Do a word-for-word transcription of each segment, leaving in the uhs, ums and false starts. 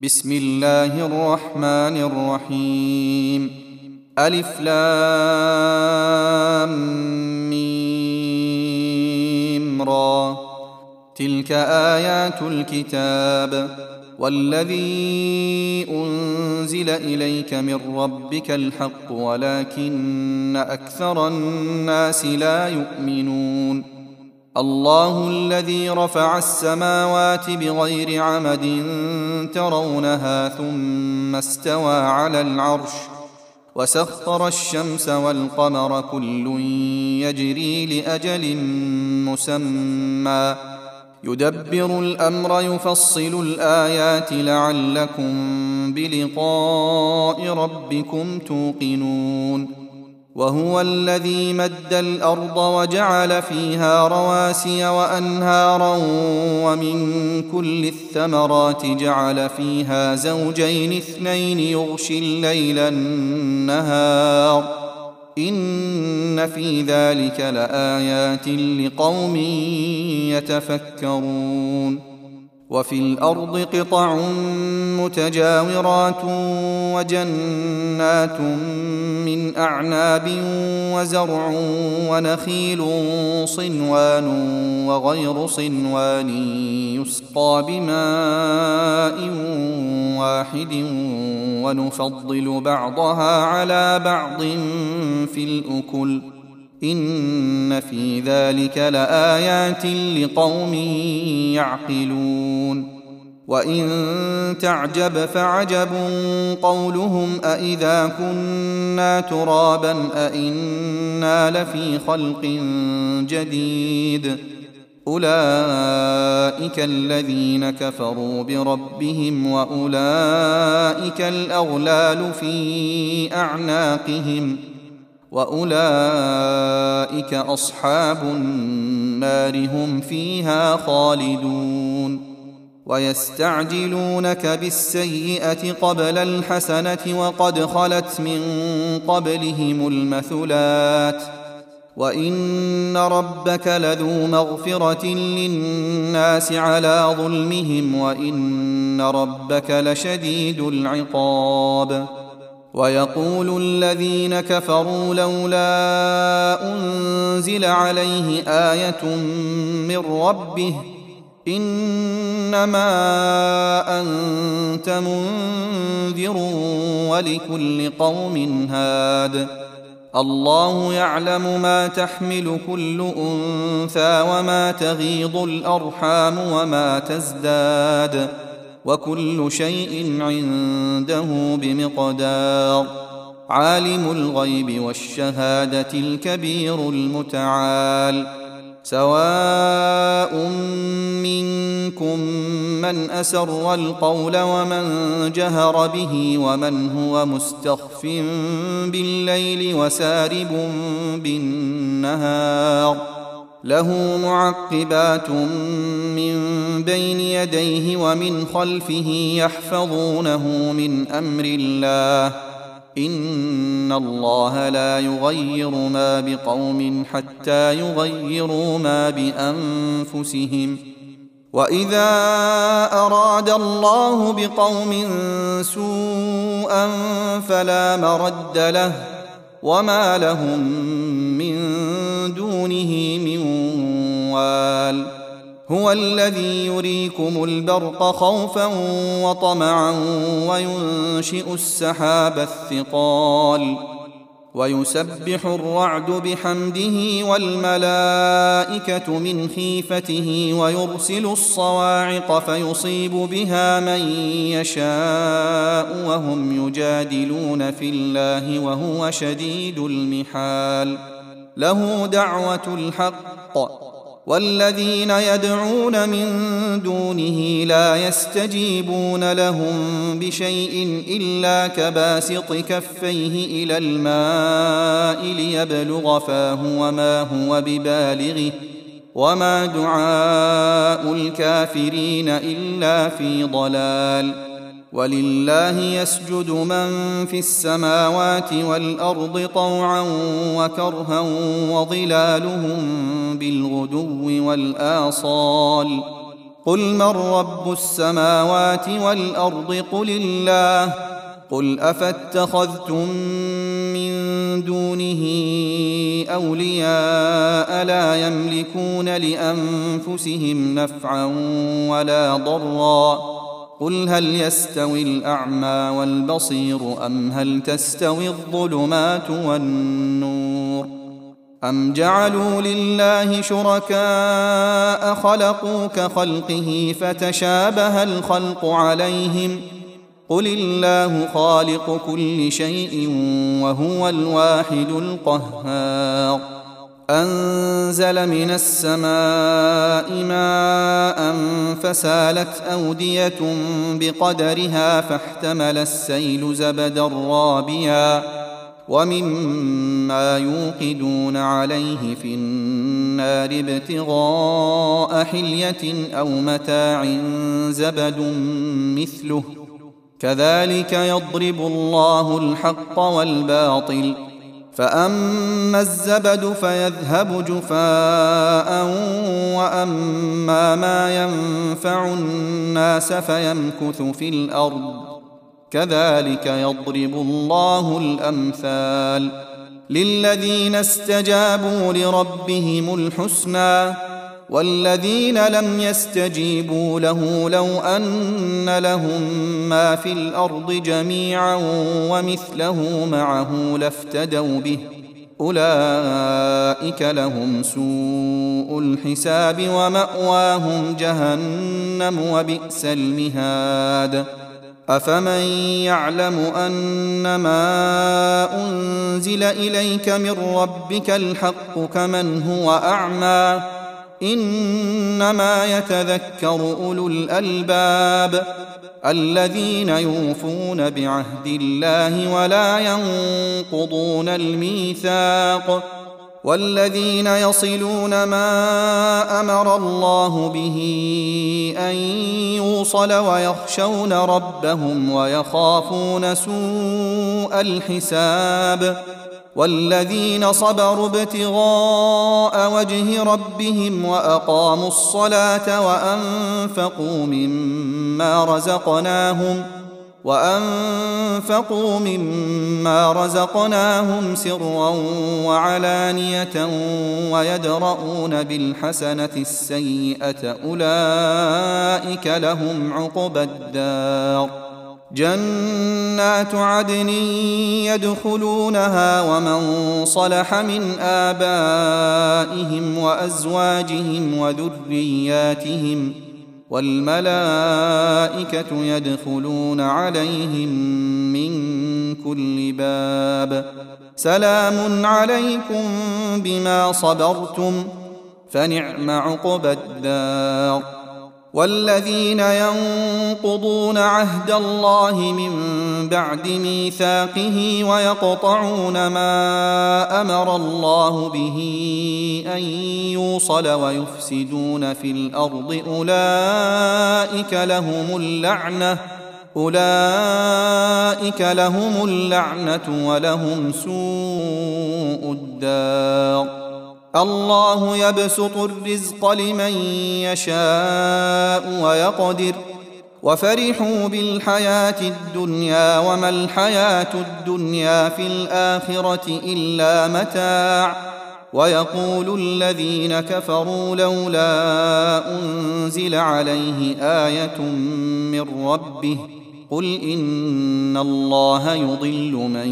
بسم الله الرحمن الرحيم. ألف لام ميم را. تلك آيات الكتاب والذي أنزل إليك من ربك الحق ولكن أكثر الناس لا يؤمنون. الله الذي رفع السماوات بغير عمد ترونها ثم استوى على العرش وسخر الشمس والقمر كل يجري لأجل مسمى يدبر الأمر يفصل الآيات لعلكم بلقاء ربكم توقنون. وهو الذي مد الأرض وجعل فيها رواسي وأنهارا ومن كل الثمرات جعل فيها زوجين اثنين يغشي الليل النهار إن في ذلك لآيات لقوم يتفكرون. وفي الأرض قطع متجاورات وجنات من أعناب وزرع ونخيل صنوان وغير صنوان يسقى بماء واحد ونفضل بعضها على بعض في الأكل إن في ذلك لآيات لقوم يعقلون. وإن تعجب فعجب قولهم أإذا كنا ترابا أإنا لفي خلق جديد أولئك الذين كفروا بربهم وأولئك الأغلال في أعناقهم وأولئك أصحاب النار هم فيها خالدون. ويستعجلونك بالسيئة قبل الحسنة وقد خلت من قبلهم المثلات وإن ربك لذو مغفرة للناس على ظلمهم وإن ربك لشديد العقاب. ويقول الذين كفروا لولا أنزل عليه آية من ربه إنما أنت منذر ولكل قوم هاد الله يعلم ما تحمل كل أنثى وما تغيض الأرحام وما تزداد وكل شيء عنده بمقدار. عالم الغيب والشهادة الكبير المتعال. سواء منكم من أسر القول ومن جهر به ومن هو مستخف بالليل وسارب بالنهار له معقبات من بين يديه ومن خلفه يحفظونه من أمر الله إن الله لا يغير ما بقوم حتى يغيروا ما بأنفسهم وإذا أراد الله بقوم سوءا فلا مرد له وما لهم من دونه من وال. هو الذي يريكم البرق خوفا وطمعا وينشئ السحاب الثقال ويسبح الرعد بحمده والملائكة من خيفته ويرسل الصواعق فيصيب بها من يشاء وهم يجادلون في الله وهو شديد المحال. له دعوة الحق والذين يدعون من دونه لا يستجيبون لهم بشيء إلا كباسط كفيه إلى الماء ليبلغ فاه وما هو ببالغه وما دعاء الكافرين إلا في ضلال. ولله يسجد من في السماوات والأرض طوعا وكرها وظلالهم بالغدو والآصال قل من رب السماوات والأرض قل الله قل أفاتخذتم من دونه أولياء لا يملكون لأنفسهم نفعا ولا ضرا قل هل يستوي الأعمى والبصير أم هل تستوي الظلمات والنور أم جعلوا لله شركاء خلقوا كخلقه فتشابه الخلق عليهم قل الله خالق كل شيء وهو الواحد القهار أنزل من السماء ماء فسالت أودية بقدرها فاحتمل السيل زبدا رابيا ومما يوقدون عليه في النار ابتغاء حلية أو متاع زبد مثله كذلك يضرب الله الحق والباطل فأما الزبد فيذهب جفاء وأما ما ينفع الناس فيمكث في الأرض كذلك يضرب الله الأمثال للذين استجابوا لربهم الحسنى والذين لم يستجيبوا له لو أن لهم ما في الأرض جميعا ومثله معه لافتدوا به أولئك لهم سوء الحساب ومأواهم جهنم وبئس المهاد أفمن يعلم أنما أنزل إليك من ربك الحق كمن هو أعمى إنما يتذكر أولو الألباب الذين يوفون بعهد الله ولا ينقضون الميثاق والذين يصلون ما أمر الله به أن يوصل ويخشون ربهم ويخافون سوء الحساب والذين صبروا ابتغاء وجه ربهم وأقاموا الصلاة وأنفقوا مما رزقناهم وأنفقوا مما رزقناهم سرا وعلانية ويدرؤون بالحسنة السيئة أولئك لهم عقبى الدار جنات عدن يدخلونها ومن صلح من آبائهم وأزواجهم وذرياتهم والملائكة يدخلون عليهم من كل باب سلام عليكم بما صبرتم فنعم عقبى الدار والذين ينقضون عهد الله من بعد ميثاقه ويقطعون ما أمر الله به أن يوصل ويفسدون في الأرض أولئك لهم اللعنة أولئك لهم اللعنة ولهم سوء الدار الله يبسط الرزق لمن يشاء ويقدر وفرحوا بالحياة الدنيا وما الحياة الدنيا في الآخرة إلا متاع ويقول الذين كفروا لولا أنزل عليه آية من ربه قل إن الله يضل من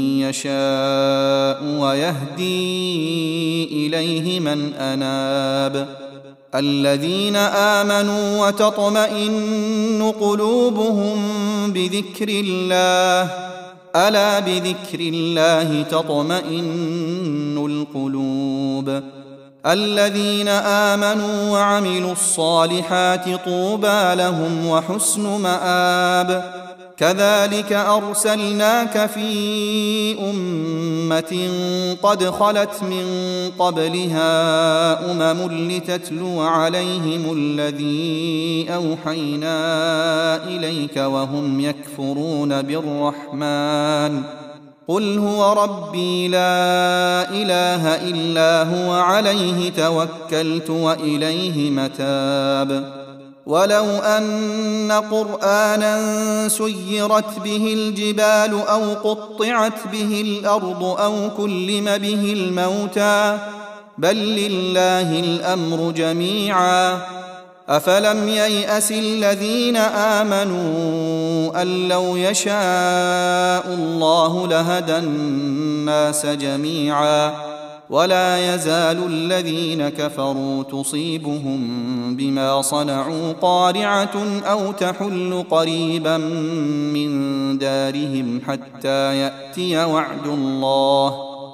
يشاء ويهدي إليه من أناب الذين آمنوا وتطمئن قلوبهم بذكر الله ألا بذكر الله تطمئن القلوب الذين آمنوا وعملوا الصالحات طوبى لهم وحسن مآب كذلك أرسلناك في أمة قد خلت من قبلها أمم لتتلو عليهم الذي أوحينا إليك وهم يكفرون بالرحمن قل هو ربي لا إله إلا هو عليه توكلت وإليه متاب ولو أن قرآنا سيرت به الجبال أو قطعت به الأرض أو كلم به الموتى بل لله الأمر جميعا أفلم ييأس الذين آمنوا أن لو يشاء الله لهدى الناس جميعا ولا يزال الذين كفروا تصيبهم بما صنعوا قارعة أو تحل قريبا من دارهم حتى يأتي وعد الله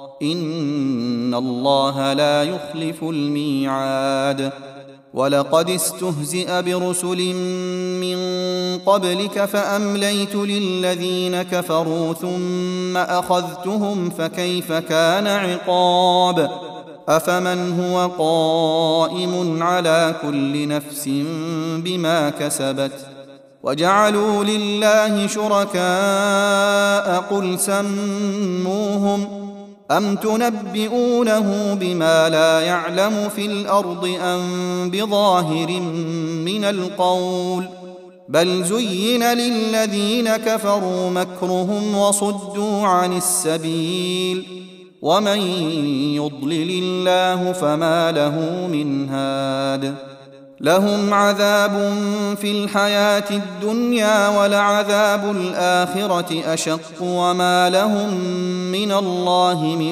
إن الله لا يخلف الميعاد ولقد استهزئ برسل من قبلك فأمليت للذين كفروا ثم أخذتهم فكيف كان عقاب أفمن هو قائم على كل نفس بما كسبت وجعلوا لله شركاء قل سموهم أم تنبئونه بما لا يعلم في الأرض أم بظاهر من القول بل زين للذين كفروا مكرهم وصدوا عن السبيل ومن يضلل الله فما له من هاد لهم عذاب في الحياة الدنيا ولعذاب الآخرة أشق وما لهم من الله من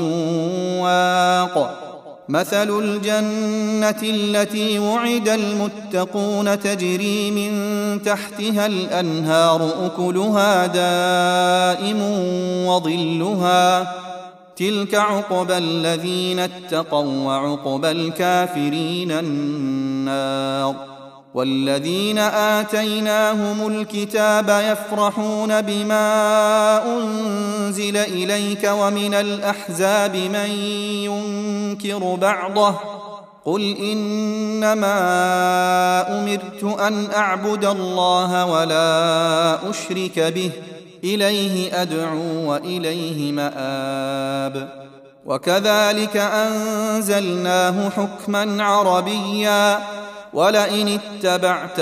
واق مثل الجنة التي وعد المتقون تجري من تحتها الأنهار أكلها دائم وظلها تلك عقبى الذين اتقوا وعقبى الكافرين النار والذين آتيناهم الكتاب يفرحون بما أنزل إليك ومن الأحزاب من ينكر بعضه قل إنما أمرت أن أعبد الله ولا أشرك به إليه أدعو وإليه مآب وكذلك أنزلناه حكما عربيا ولئن اتبعت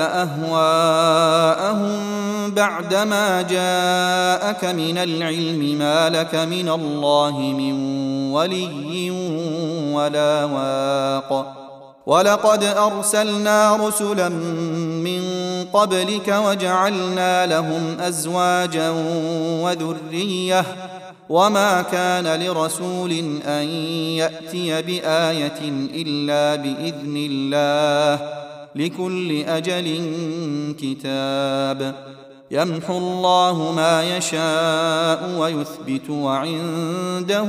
أهواءهم بعدما جاءك من العلم ما لك من الله من ولي ولا واق ولقد أرسلنا رسلا من قبلك وجعلنا لهم أزواجا وذرية وما كان لرسول أن يأتي بآية إلا بإذن الله لكل أجل كتاب يمحو الله ما يشاء ويثبت وعنده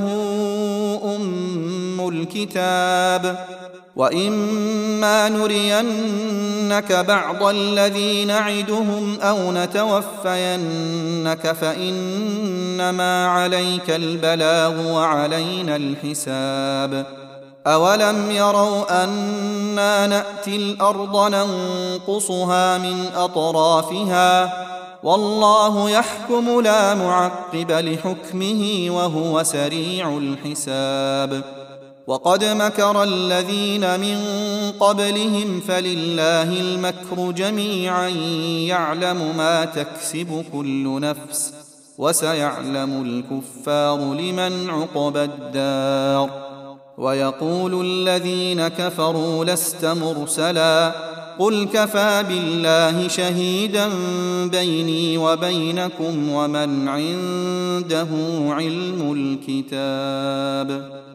أم الكتاب وإما نرينك بعض الذي نعدهم أو نتوفينك فإنما عليك البلاغ وعلينا الحساب أولم يروا أنا نأتي الأرض ننقصها من أطرافها والله يحكم لا معقب لحكمه وهو سريع الحساب وقد مكر الذين من قبلهم فلله المكر جميعا يعلم ما تكسب كل نفس وسيعلم الكفار لمن عقبى الدار ويقول الذين كفروا لست مرسلا قل كفى بالله شهيدا بيني وبينكم ومن عنده علم الكتاب